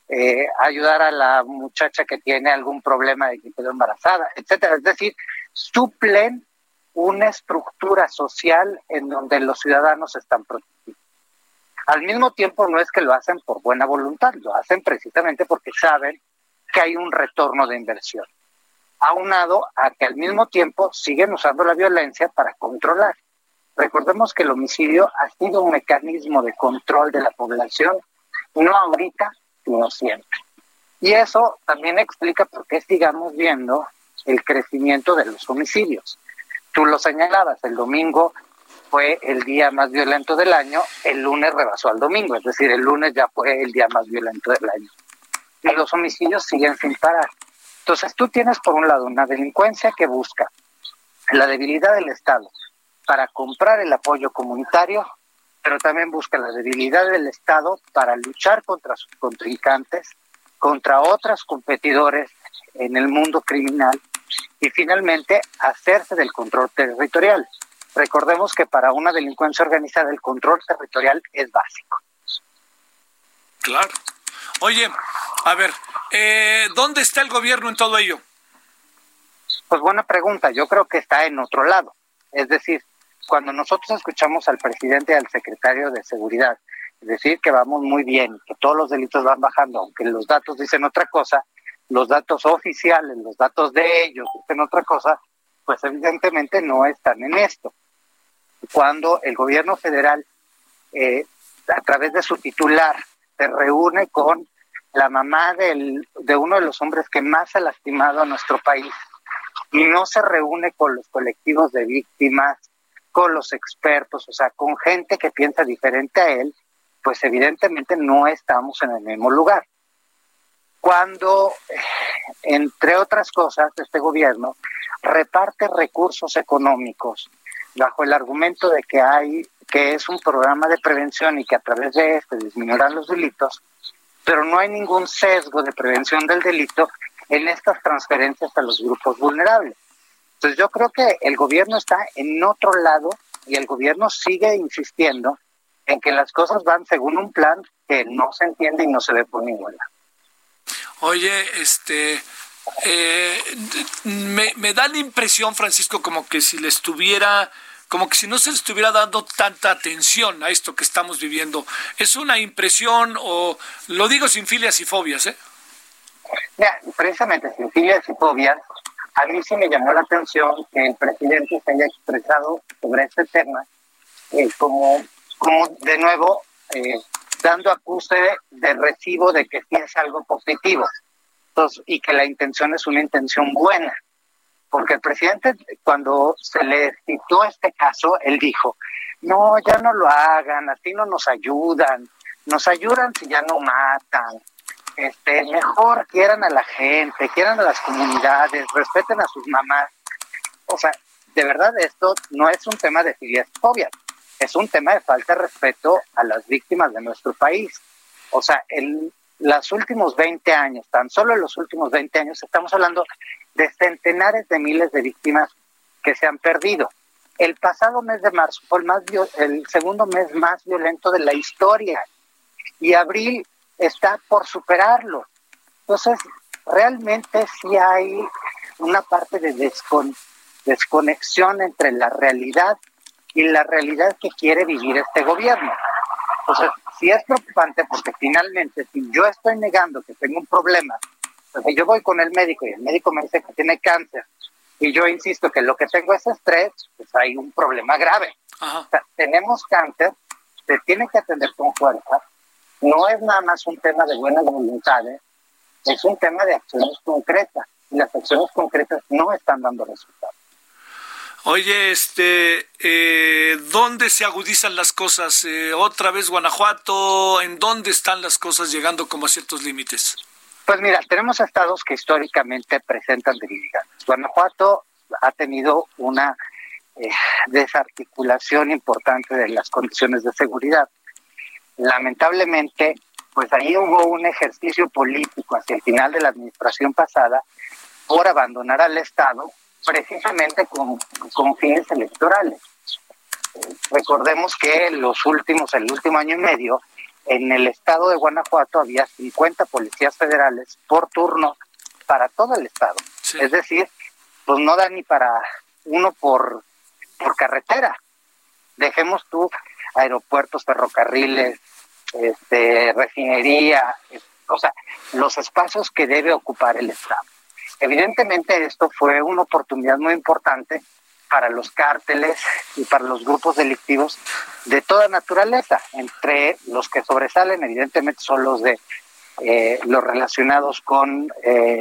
ayudar a la muchacha que tiene algún problema de que quedó embarazada, etcétera. Es decir, suplen una estructura social en donde los ciudadanos están protegidos. Al mismo tiempo, no es que lo hacen por buena voluntad, lo hacen precisamente porque saben que hay un retorno de inversión, aunado a que al mismo tiempo siguen usando la violencia para controlar. Recordemos que el homicidio ha sido un mecanismo de control de la población, no ahorita, sino siempre. Y eso también explica por qué sigamos viendo el crecimiento de los homicidios. Tú lo señalabas, el domingo fue el día más violento del año, el lunes rebasó al domingo, es decir, el lunes ya fue el día más violento del año. Y los homicidios siguen sin parar. Entonces tú tienes por un lado una delincuencia que busca la debilidad del Estado para comprar el apoyo comunitario, pero también busca la debilidad del Estado para luchar contra sus contrincantes, contra otros competidores en el mundo criminal y finalmente hacerse del control territorial. Recordemos que para una delincuencia organizada el control territorial es básico. Claro. Oye, a ver, ¿dónde está el gobierno en todo ello? Pues buena pregunta, yo creo que está en otro lado. Es decir, cuando nosotros escuchamos al presidente y al secretario de Seguridad decir que vamos muy bien, que todos los delitos van bajando, aunque los datos dicen otra cosa, los datos oficiales, los datos de ellos dicen otra cosa, pues evidentemente no están en esto. Cuando el gobierno federal, a través de su titular, se reúne con la mamá de uno de los hombres que más ha lastimado a nuestro país y no se reúne con los colectivos de víctimas, con los expertos, o sea, con gente que piensa diferente a él, pues evidentemente no estamos en el mismo lugar. Cuando, entre otras cosas, este gobierno reparte recursos económicos bajo el argumento de que es un programa de prevención y que a través de este disminuirán los delitos, pero no hay ningún sesgo de prevención del delito en estas transferencias a los grupos vulnerables. Entonces yo creo que el gobierno está en otro lado y el gobierno sigue insistiendo en que las cosas van según un plan que no se entiende y no se ve por ningún lado. Oye, me da la impresión, Francisco, como que si no se le estuviera dando tanta atención a esto que estamos viviendo. ¿Es una impresión o lo digo sin filias y fobias, Mira, precisamente sin filias y fobias, a mí sí me llamó la atención que el presidente se haya expresado sobre este tema como de nuevo dando acuse de recibo de que sí es algo positivo. Entonces, y que la intención es una intención buena. Porque el presidente, cuando se le citó este caso, él dijo, no, ya no lo hagan, así no nos ayudan, nos ayudan si ya no matan, mejor quieran a la gente, quieran a las comunidades, respeten a sus mamás. O sea, de verdad esto no es un tema de filiafobia, es un tema de falta de respeto a las víctimas de nuestro país. O sea, en los últimos 20 años, tan solo en los últimos 20 años, estamos hablando de centenares de miles de víctimas que se han perdido. El pasado mes de marzo fue el segundo mes más violento de la historia y abril está por superarlo. Entonces, realmente sí hay una parte de desconexión entre la realidad y la realidad que quiere vivir este gobierno. Entonces, sí es preocupante porque finalmente, si yo estoy negando que tengo un problema, porque yo voy con el médico y el médico me dice que tiene cáncer, y yo insisto que lo que tengo es estrés, pues hay un problema grave. Ajá. O sea, tenemos cáncer, se tiene que atender con fuerza, no es nada más un tema de buenas voluntades, es un tema de acciones concretas, y las acciones concretas no están dando resultados. Oye, ¿dónde se agudizan las cosas? ¿Otra vez Guanajuato? ¿En dónde están las cosas llegando como a ciertos límites? Pues mira, tenemos estados que históricamente presentan debilidades. Guanajuato ha tenido una desarticulación importante de las condiciones de seguridad. Lamentablemente, pues ahí hubo un ejercicio político hacia el final de la administración pasada por abandonar al Estado precisamente con fines electorales. Recordemos que el último año y medio, en el estado de Guanajuato había 50 policías federales por turno para todo el estado. Sí. Es decir, pues no da ni para uno por carretera. Dejemos tú aeropuertos, ferrocarriles, refinería, o sea, los espacios que debe ocupar el estado. Evidentemente esto fue una oportunidad muy importante para los cárteles y para los grupos delictivos de toda naturaleza. Entre los que sobresalen, evidentemente, son los relacionados con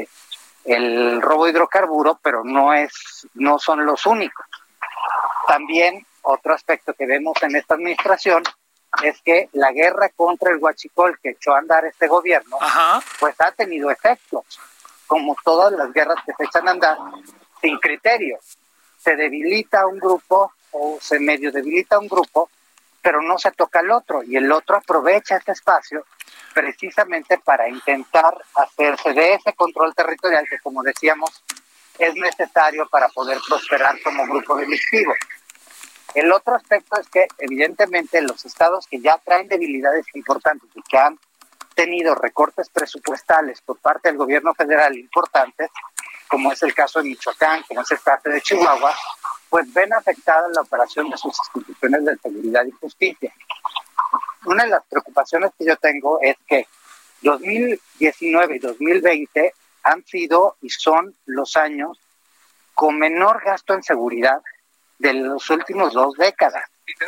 el robo de hidrocarburo, pero no son los únicos. También otro aspecto que vemos en esta administración es que la guerra contra el huachicol que echó a andar este gobierno, Ajá. pues ha tenido efectos, como todas las guerras que se echan a andar sin criterio. Se debilita un grupo o se medio debilita un grupo, pero no se toca al otro, y el otro aprovecha este espacio precisamente para intentar hacerse de ese control territorial que, como decíamos, es necesario para poder prosperar como grupo delictivo. El otro aspecto es que, evidentemente, los estados que ya traen debilidades importantes y que han tenido recortes presupuestales por parte del gobierno federal importantes, como es el caso de Michoacán, como es el caso de Chihuahua, pues ven afectada la operación de sus instituciones de seguridad y justicia. Una de las preocupaciones que yo tengo es que 2019 y 2020 han sido y son los años con menor gasto en seguridad de los últimos 2 décadas,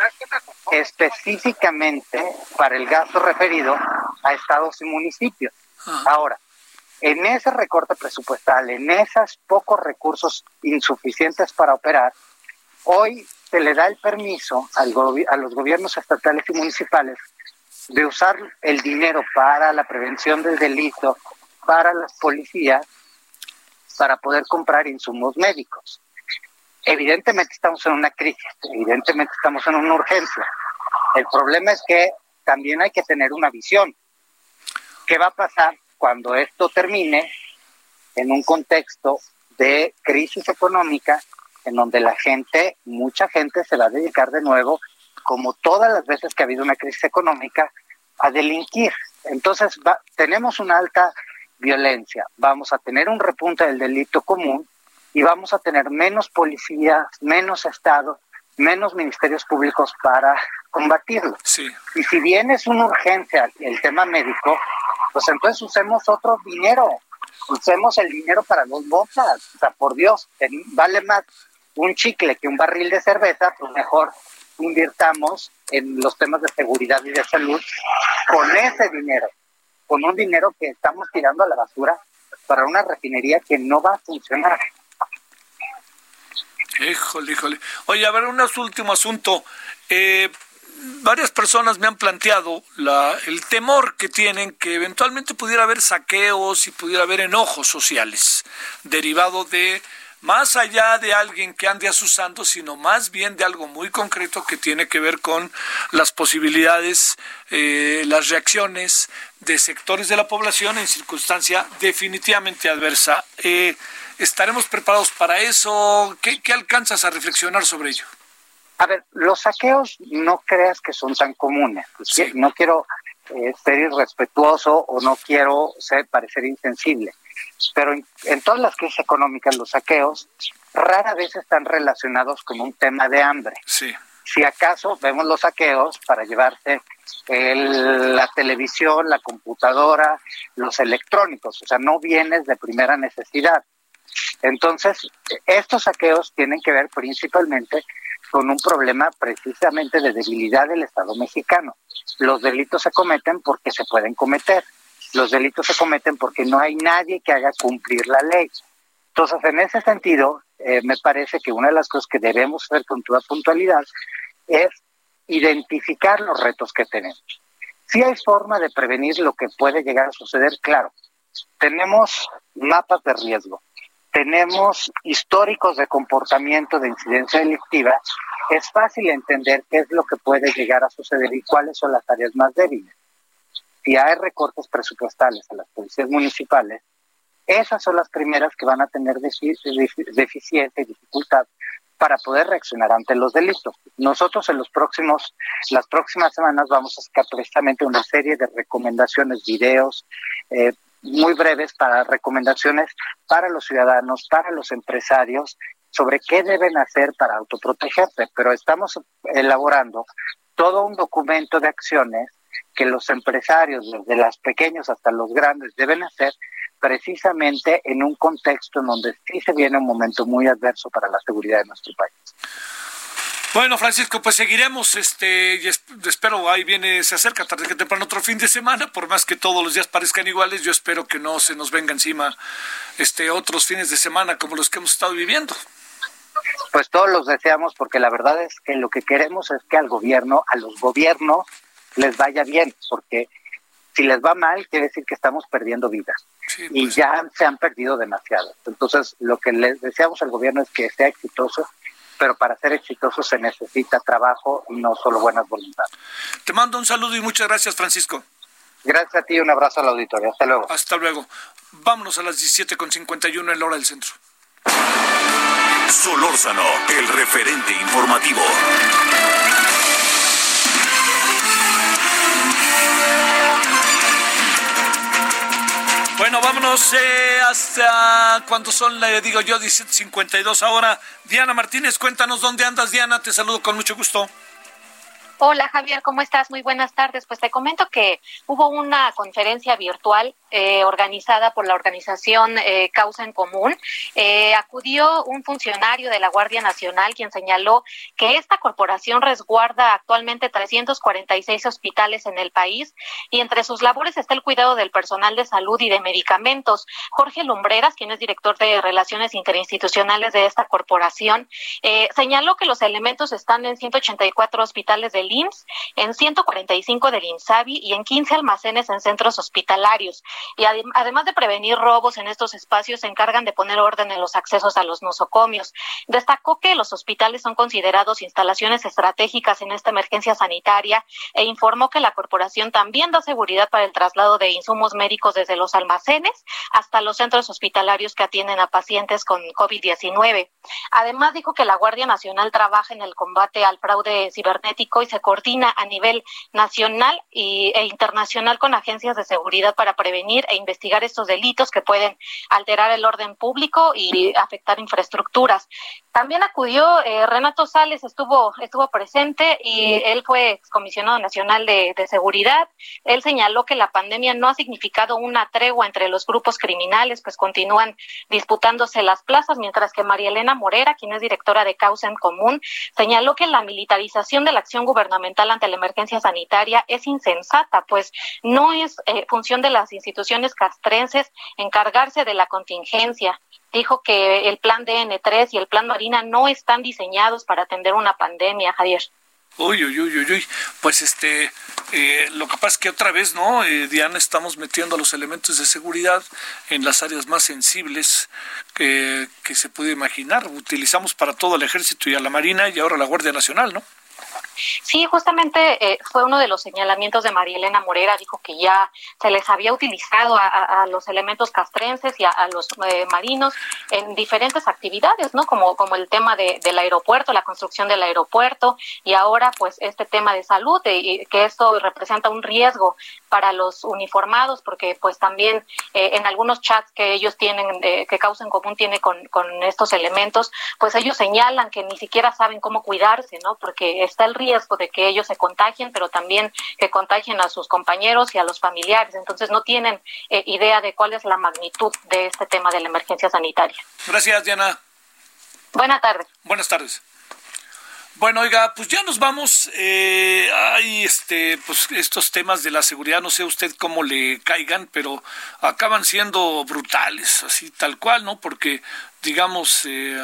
específicamente para el gasto referido a estados y municipios. Ahora, en ese recorte presupuestal, en esos pocos recursos insuficientes para operar, hoy se le da el permiso a los gobiernos estatales y municipales de usar el dinero para la prevención del delito, para las policías, para poder comprar insumos médicos. Evidentemente estamos en una crisis, evidentemente estamos en una urgencia. El problema es que también hay que tener una visión. ¿Qué va a pasar cuando esto termine en un contexto de crisis económica en donde mucha gente se va a dedicar de nuevo, como todas las veces que ha habido una crisis económica, a delinquir? Entonces tenemos una alta violencia, vamos a tener un repunte del delito común y vamos a tener menos policías, menos Estado, menos ministerios públicos para combatirlo. Sí. Y si bien es una urgencia el tema médico, pues entonces usemos otro dinero, usemos el dinero para 2 botas. O sea, por Dios, vale más un chicle que un barril de cerveza, pues mejor invirtamos en los temas de seguridad y de salud con ese dinero, con un dinero que estamos tirando a la basura para una refinería que no va a funcionar. Híjole. Oye, a ver, un último asunto. varias personas me han planteado el temor que tienen que eventualmente pudiera haber saqueos y pudiera haber enojos sociales derivado de, más allá de alguien que ande asusando, sino más bien de algo muy concreto que tiene que ver con las posibilidades, las reacciones de sectores de la población en circunstancia definitivamente adversa. ¿Estaremos preparados para eso? ¿Qué alcanzas a reflexionar sobre ello? A ver, los saqueos no creas que son tan comunes. Sí. No quiero ser irrespetuoso o no quiero parecer insensible, pero en todas las crisis económicas los saqueos rara vez están relacionados con un tema de hambre. Sí. Si acaso vemos los saqueos para llevarse la televisión, la computadora, los electrónicos, o sea, no bienes de primera necesidad. Entonces, estos saqueos tienen que ver principalmente con un problema precisamente de debilidad del Estado mexicano. Los delitos se cometen porque se pueden cometer. Los delitos se cometen porque no hay nadie que haga cumplir la ley. Entonces, en ese sentido, me parece que una de las cosas que debemos hacer con toda puntualidad es identificar los retos que tenemos. Si hay forma de prevenir lo que puede llegar a suceder, claro. Tenemos mapas de riesgo. Tenemos históricos de comportamiento de incidencia delictiva, es fácil entender qué es lo que puede llegar a suceder y cuáles son las áreas más débiles. Si hay recortes presupuestales a las policías municipales, esas son las primeras que van a tener deficiencia y dificultad para poder reaccionar ante los delitos. Nosotros en las próximas semanas vamos a sacar precisamente una serie de recomendaciones, videos, muy breves para recomendaciones para los ciudadanos, para los empresarios, sobre qué deben hacer para autoprotegerse. Pero estamos elaborando todo un documento de acciones que los empresarios, desde los pequeños hasta los grandes, deben hacer precisamente en un contexto en donde sí se viene un momento muy adverso para la seguridad de nuestro país. Bueno, Francisco, pues seguiremos, y espero, se acerca tarde que temprano otro fin de semana, por más que todos los días parezcan iguales, yo espero que no se nos venga encima otros fines de semana como los que hemos estado viviendo. Pues todos los deseamos, porque la verdad es que lo que queremos es que a los gobiernos les vaya bien, porque si les va mal quiere decir que estamos perdiendo vidas. Sí, pues, y ya se han perdido demasiadas. Entonces, lo que les deseamos al gobierno es que sea exitoso, pero para ser exitoso se necesita trabajo y no solo buenas voluntades. Te mando un saludo y muchas gracias, Francisco. Gracias a ti y un abrazo al auditorio. Hasta luego. Hasta luego. Vámonos a las 17:51 en la hora del centro. Solórzano, el referente informativo. Bueno, vámonos hasta cuando son, 17:52 ahora. Diana Martínez, cuéntanos dónde andas, Diana. Te saludo con mucho gusto. Hola Javier, ¿cómo estás? Muy buenas tardes. Pues te comento que hubo una conferencia virtual organizada por la organización Causa en Común. Acudió un funcionario de la Guardia Nacional quien señaló que esta corporación resguarda actualmente 346 hospitales en el país y entre sus labores está el cuidado del personal de salud y de medicamentos. Jorge Lumbreras, quien es director de Relaciones Interinstitucionales de esta corporación, señaló que los elementos están en 184 hospitales del IMSS, en 145 del INSABI y en 15 almacenes en centros hospitalarios. Y además de prevenir robos en estos espacios, se encargan de poner orden en los accesos a los nosocomios. Destacó que los hospitales son considerados instalaciones estratégicas en esta emergencia sanitaria e informó que la corporación también da seguridad para el traslado de insumos médicos desde los almacenes hasta los centros hospitalarios que atienden a pacientes con COVID-19. Además, dijo que la Guardia Nacional trabaja en el combate al fraude cibernético y se coordina a nivel nacional e internacional con agencias de seguridad para prevenir e investigar estos delitos que pueden alterar el orden público y afectar infraestructuras. También acudió Renato Sales, estuvo presente y él fue excomisionado nacional de seguridad. Él señaló que la pandemia no ha significado una tregua entre los grupos criminales, pues continúan disputándose las plazas, mientras que María Elena Morera, quien es directora de Causa en Común, señaló que la militarización de la acción gubernamental ante la emergencia sanitaria es insensata, pues no es función de las instituciones castrenses encargarse de la contingencia. Dijo que el plan DN3 y el plan Marina no están diseñados para atender una pandemia, Javier. Uy. Pues lo que pasa es que otra vez, ¿no? Diana, estamos metiendo a los elementos de seguridad en las áreas más sensibles que se puede imaginar. Utilizamos para todo el ejército y a la Marina y ahora la Guardia Nacional, ¿no? Sí, justamente fue uno de los señalamientos de María Elena Morera. Dijo que ya se les había utilizado a los elementos castrenses y a los marinos en diferentes actividades, ¿no? Como el tema del aeropuerto, la construcción del aeropuerto, y ahora pues este tema de salud, y que esto representa un riesgo para los uniformados, porque pues también en algunos chats que ellos tienen, que Causa en Común tiene con estos elementos, pues ellos señalan que ni siquiera saben cómo cuidarse, ¿no? Porque está el riesgo de que ellos se contagien, pero también que contagien a sus compañeros y a los familiares. Entonces no tienen idea de cuál es la magnitud de este tema de la emergencia sanitaria. Gracias, Diana. Buenas tardes. Buenas tardes. Bueno, oiga, pues ya nos vamos. Pues estos temas de la seguridad, no sé usted cómo le caigan, pero acaban siendo brutales, así tal cual, ¿no? Porque, digamos,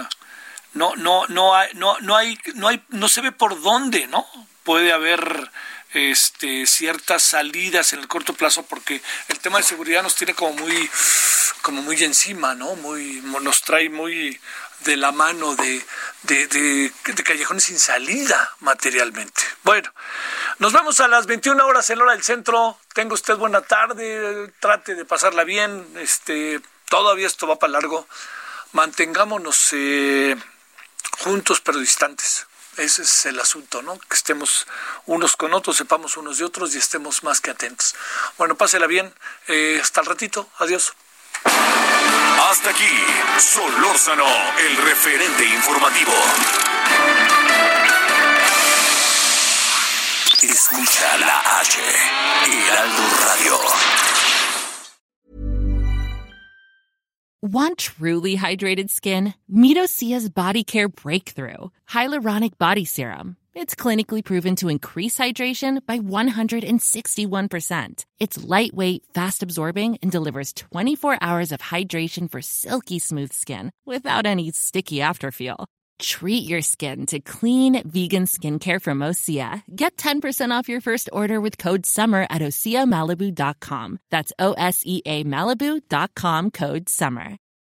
no se ve por dónde, ¿no? Puede haber ciertas salidas en el corto plazo, porque el tema de seguridad nos tiene como muy encima, ¿no? Nos trae muy de la mano de callejones sin salida materialmente. Bueno, nos vamos a las 21 horas en la hora del centro. Tenga usted buena tarde, trate de pasarla bien. Todavía esto va para largo. Mantengámonos juntos pero distantes. Ese es el asunto, ¿no? Que estemos unos con otros, sepamos unos de otros y estemos más que atentos. Bueno, pásela bien. Hasta el ratito. Adiós. Hasta aquí, Solórzano, el referente informativo. Escucha la H, Heraldo Radio. Want truly hydrated skin? Meet Osea's Body Care Breakthrough Hyaluronic Body Serum. It's clinically proven to increase hydration by 161%. It's lightweight, fast-absorbing, and delivers 24 hours of hydration for silky smooth skin without any sticky afterfeel. Treat your skin to clean, vegan skincare from Osea. Get 10% off your first order with code SUMMER at OseaMalibu.com. That's OSEA Malibu.com, code SUMMER.